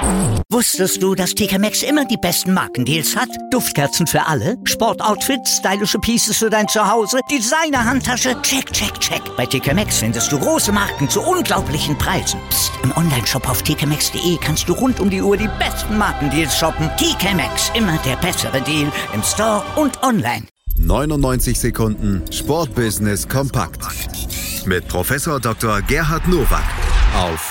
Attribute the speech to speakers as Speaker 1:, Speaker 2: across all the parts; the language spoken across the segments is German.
Speaker 1: Wusstest du, dass TK Maxx immer die besten Markendeals hat? Duftkerzen für alle, Sportoutfits, stylische Pieces für dein Zuhause, Designer-Handtasche, check, check, check. Bei TK Maxx findest du große Marken zu unglaublichen Preisen. Psst. Im Onlineshop auf tkmaxx.de kannst du rund um die Uhr die besten Markendeals shoppen. TK Maxx, immer der bessere Deal im Store und online.
Speaker 2: 99 Sekunden Sportbusiness kompakt. Mit Professor Dr. Gerhard Nowak auf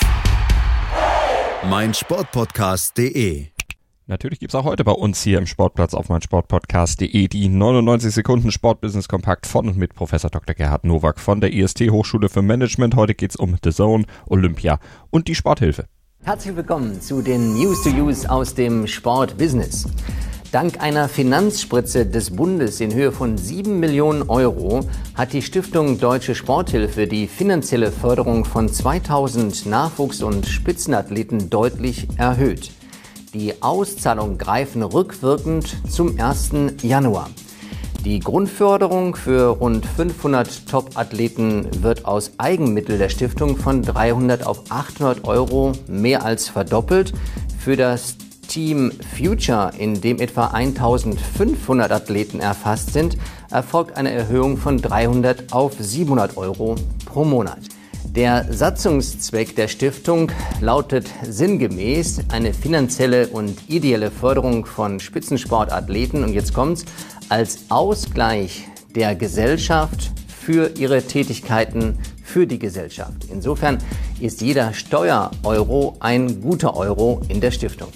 Speaker 2: meinsportpodcast.de.
Speaker 3: Natürlich gibt es auch heute bei uns hier im Sportplatz auf meinsportpodcast.de die 99 Sekunden Sportbusiness kompakt von und mit Professor Dr. Gerhard Nowak von der IST Hochschule für Management. Heute geht es um DAZN, Olympia und die Sporthilfe.
Speaker 4: Herzlich willkommen zu den News to Use aus dem Sportbusiness. Dank einer Finanzspritze des Bundes in Höhe von 7 Millionen Euro hat die Stiftung Deutsche Sporthilfe die finanzielle Förderung von 2000 Nachwuchs- und Spitzenathleten deutlich erhöht. Die Auszahlungen greifen rückwirkend zum 1. Januar. Die Grundförderung für rund 500 Top-Athleten wird aus Eigenmitteln der Stiftung von 300 auf 800 Euro mehr als verdoppelt. Für das Team Future, in dem etwa 1500 Athleten erfasst sind, erfolgt eine Erhöhung von 300 auf 700 Euro pro Monat. Der Satzungszweck der Stiftung lautet sinngemäß eine finanzielle und ideelle Förderung von Spitzensportathleten, und jetzt kommt's, als Ausgleich der Gesellschaft für ihre Tätigkeiten für die Gesellschaft. Insofern ist jeder Steuereuro ein guter Euro in der Stiftung.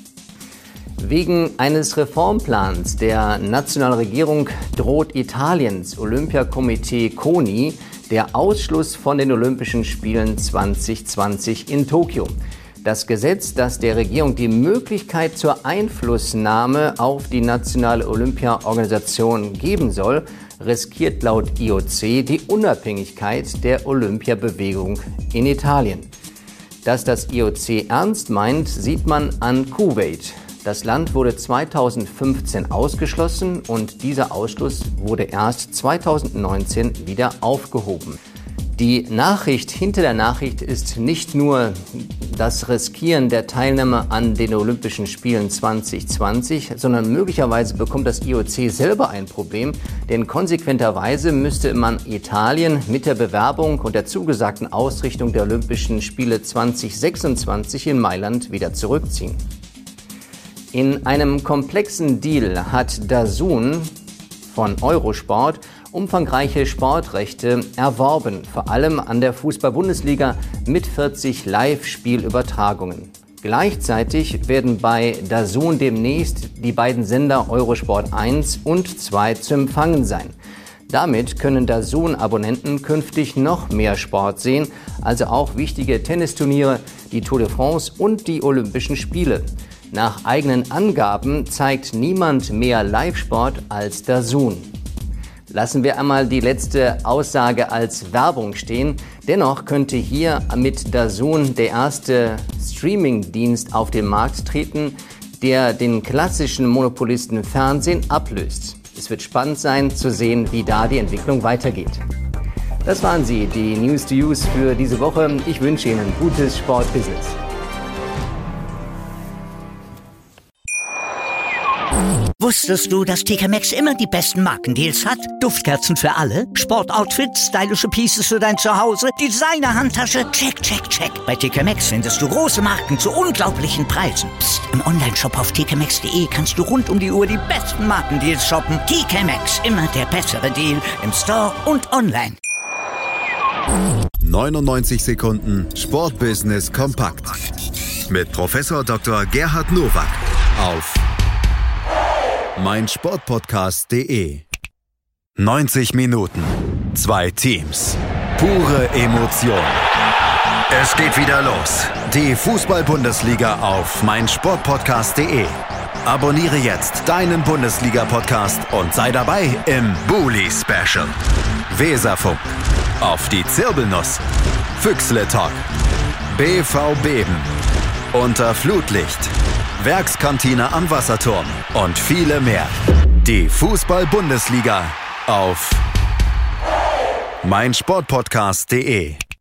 Speaker 4: Wegen eines Reformplans der nationalen Regierung droht Italiens Olympiakomitee CONI der Ausschluss von den Olympischen Spielen 2020 in Tokio. Das Gesetz, das der Regierung die Möglichkeit zur Einflussnahme auf die nationale Olympiaorganisation geben soll, riskiert laut IOC die Unabhängigkeit der Olympiabewegung in Italien. Dass das IOC ernst meint, sieht man an Kuwait. Das Land wurde 2015 ausgeschlossen und dieser Ausschluss wurde erst 2019 wieder aufgehoben. Die Nachricht hinter der Nachricht ist nicht nur das Riskieren der Teilnahme an den Olympischen Spielen 2020, sondern möglicherweise bekommt das IOC selber ein Problem, denn konsequenterweise müsste man Italien mit der Bewerbung und der zugesagten Ausrichtung der Olympischen Spiele 2026 in Mailand wieder zurückziehen. In einem komplexen Deal hat DAZN von Eurosport umfangreiche Sportrechte erworben, vor allem an der Fußball-Bundesliga mit 40 Live-Spielübertragungen. Gleichzeitig werden bei DAZN demnächst die beiden Sender Eurosport 1 und 2 zu empfangen sein. Damit können DAZN-Abonnenten künftig noch mehr Sport sehen, also auch wichtige Tennisturniere, die Tour de France und die Olympischen Spiele. Nach eigenen Angaben zeigt niemand mehr Live-Sport als DAZN. Lassen wir einmal die letzte Aussage als Werbung stehen. Dennoch könnte hier mit DAZN der erste Streaming-Dienst auf den Markt treten, der den klassischen Monopolisten Fernsehen ablöst. Es wird spannend sein zu sehen, wie da die Entwicklung weitergeht. Das waren sie, die News to Use für diese Woche. Ich wünsche Ihnen gutes Sportbusiness.
Speaker 1: Wusstest du, dass TK Maxx immer die besten Markendeals hat? Duftkerzen für alle, Sportoutfits, stylische Pieces für dein Zuhause, Designer-Handtasche, check, check, check. Bei TK Maxx findest du große Marken zu unglaublichen Preisen. Psst. Im Onlineshop auf tkmaxx.de kannst du rund um die Uhr die besten Markendeals shoppen. TK Maxx, immer der bessere Deal im Store und online.
Speaker 2: 99 Sekunden Sportbusiness kompakt. Mit Professor Dr. Gerhard Nowak auf meinsportpodcast.de. 90 Minuten, 2 Teams, pure Emotion. Es geht wieder los. Die Fußball-Bundesliga auf meinsportpodcast.de. Abonniere jetzt deinen Bundesliga-Podcast und sei dabei im Bully-Special. Weserfunk, auf die Zirbelnuss, Füchsle Talk, BV Beben, unter Flutlicht, Werkskantine am Wasserturm und viele mehr. Die Fußball-Bundesliga auf meinsportpodcast.de.